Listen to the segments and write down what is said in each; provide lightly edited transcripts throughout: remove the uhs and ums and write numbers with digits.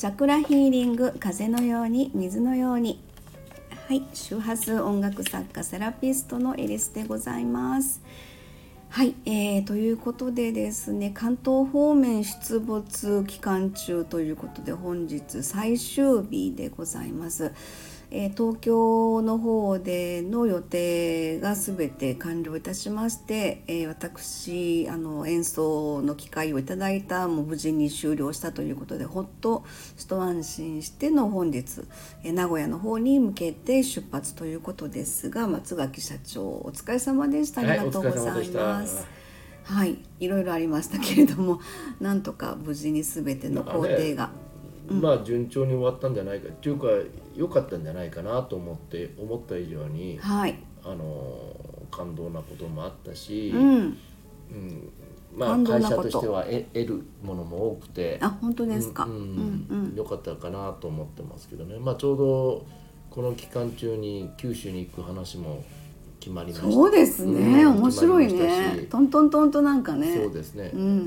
チャクラヒーリング、風のように水のように。はい、周波数音楽作家セラピストのエリスでございます。はい、ということでですね、関東方面出没期間中ということで本日最終日でございます。東京の方での予定がすべて完了いたしまして、私演奏の機会をいただいたもう無事に終了したということで、ほっと一安心しての本日、名古屋の方に向けて出発ということですが、松垣社長お疲れ様でした。ありがとうございます。はい、いろいろありましたけれども、なんとか無事にすべての工程が、 順調に終わったんじゃないかっていうか、良かったんじゃないかなと思った以上に、 はい、 感動なこともあったし、会社としては得るものも多くて、 本当ですか。 良かったかなと思ってますけどね。ちょうどこの期間中に九州に行く話も決まりました。 そうですね、面白いね。トントントンとなんかね。 そうですね。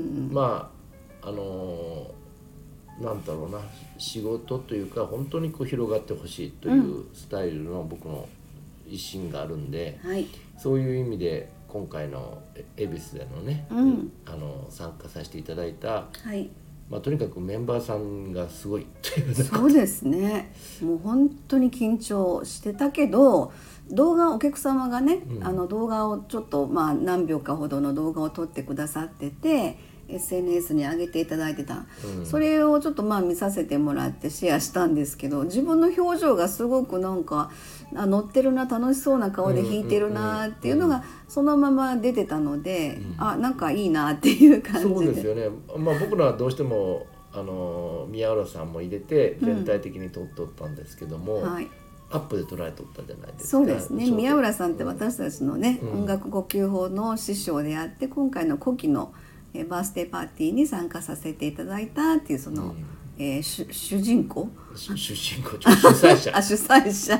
なんだろうな、仕事というか本当に広がってほしいというスタイルの僕の一心があるんで、そういう意味で今回の恵比寿でのね、参加させていただいた、とにかくメンバーさんがすごいという。 そうですね、もう本当に緊張してたけど、お客様がね、動画をちょっと何秒かほどの動画を撮ってくださってて、SNS に上げていただいてた、それをちょっと見させてもらってシェアしたんですけど、自分の表情がすごくなんか乗ってるな、楽しそうな顔で弾いてるなっていうのがそのまま出てたので、なんかいいなっていう感じで。 そうですよね。僕らはどうしても宮浦さんも入れて全体的に撮ったんですけども、アップで捉えとったじゃないですか。 そうですね、宮浦さんって私たちのね、音楽呼吸法の師匠であって、今回の古希のバースデーパーティーに参加させていただいたっていうその、主人公主催者主催者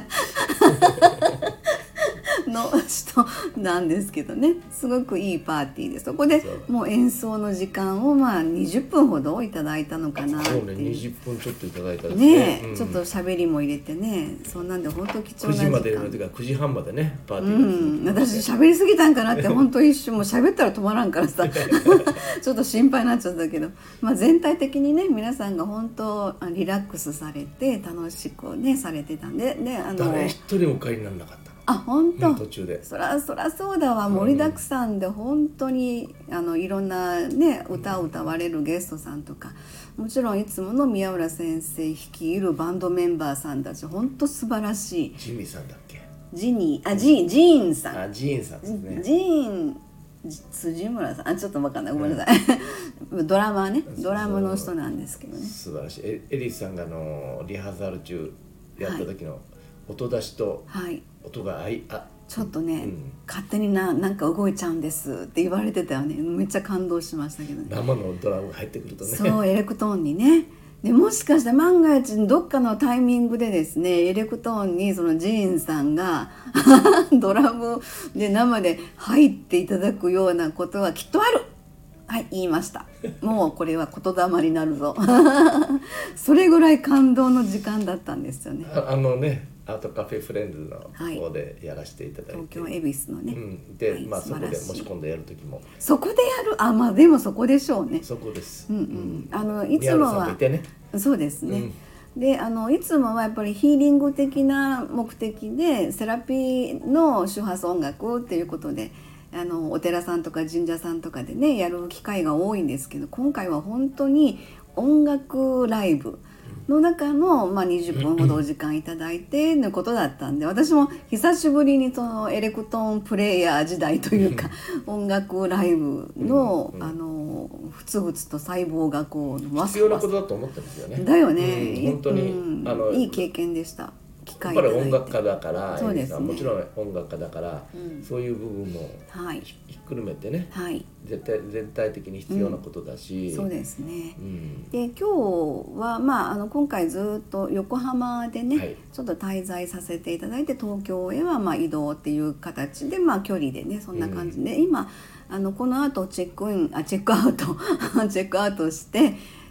の人なんですけどね、すごくいいパーティーで、そこでもう演奏の時間を20分ほどいただいたのかなっていう。 そうね、20分ちょっといただいたですね。ちょっと喋りも入れてね、そんなんで本当貴重な時間。 9時までの時間、9時半までねパーティーが続きまして、 私喋りすぎたんかなって本当一瞬もう喋ったら止まらんからさちょっと心配になっちゃったけど、全体的にね皆さんが本当リラックスされて楽しくねされてたんでね、 誰一人お帰りにならなかった。 本当、 途中でそらそうだわ、盛りだくさんで本当にいろんなね歌を歌われるゲストさんとか、もちろんいつもの宮浦先生率いるバンドメンバーさんたち本当素晴らしい。 ジミーさんだっけ。 ジーンさん。 ジーンさんですね。 ジーン辻村さん、ちょっと分かんない、ごめんなさいドラマーね、ドラムの人なんですけどね。 素晴らしい。エリスさんがリハーサル中やった時の音出しと音がちょっとね、勝手になんか動いちゃうんですって言われてたよね。めっちゃ感動しましたけどね。 生のドラムが入ってくるとね。 そう、エレクトーンにね。でもしかしたら万が一どっかのタイミングでですね、エレクトーンにそのジーンさんがドラムで生で入っていただくようなことはきっとある。はい、言いました。もうこれは言霊になるぞそれぐらい感動の時間だったんですよね。 アートカフェフレンズの方でやらせていただいて、 東京恵比寿のね、 で、そこでもし今度やる時もそこでやる、でもそこでしょうね。 そこです。 いつもは、そうですね、でいつもはやっぱりヒーリング的な目的でセラピーの周波数音楽っていうことでお寺さんとか神社さんとかでねやる機会が多いんですけど、今回は本当に音楽ライブの中の、20分ほどお時間いただいてのことだったんで、私も久しぶりにそのエレクトーンプレイヤー時代というか音楽ライブのふつふつと細胞がこう必要なことだと思ってますよね。 だよね、 本当に、 いい経験でした。 やっぱり音楽家だから、 そうですね、 もちろん音楽家だから、そういう部分もひっくるめてね、全体的に必要なことだし、 そうですね、で今日は、今回ずっと横浜でね、ちょっと滞在させていただいて、東京へは移動っていう形で、距離でねそんな感じで、今この後チェックアウトチェックアウトして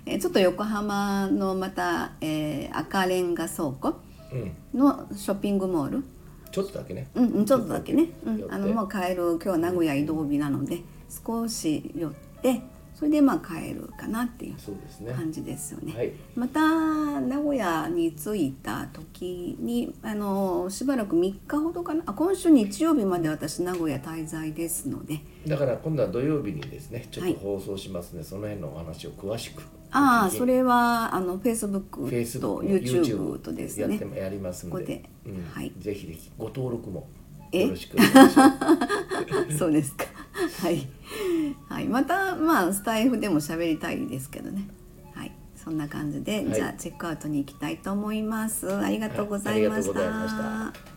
ちょっと横浜のまた、赤レンガ倉庫のショッピングモール、 ちょっとだけね、 ちょっとだけね、もう帰る、今日は名古屋移動日なので少し寄って、それで帰るかなっていう感じですよね。 はい、 また名古屋に着いた時にしばらく3日ほどかな、今週日曜日まで私名古屋滞在ですので、 だから今度は土曜日にですねちょっと放送しますね、その辺のお話を詳しく。 それはFacebook と YouTube とですねやりますので、 ここで、はい、 ぜひぜひご登録もよろしくお願いします。 そうですか。はい、はい、またスタイフでも喋りたいですけどね。はい、そんな感じで、じゃあチェックアウトに行きたいと思います。ありがとうございました。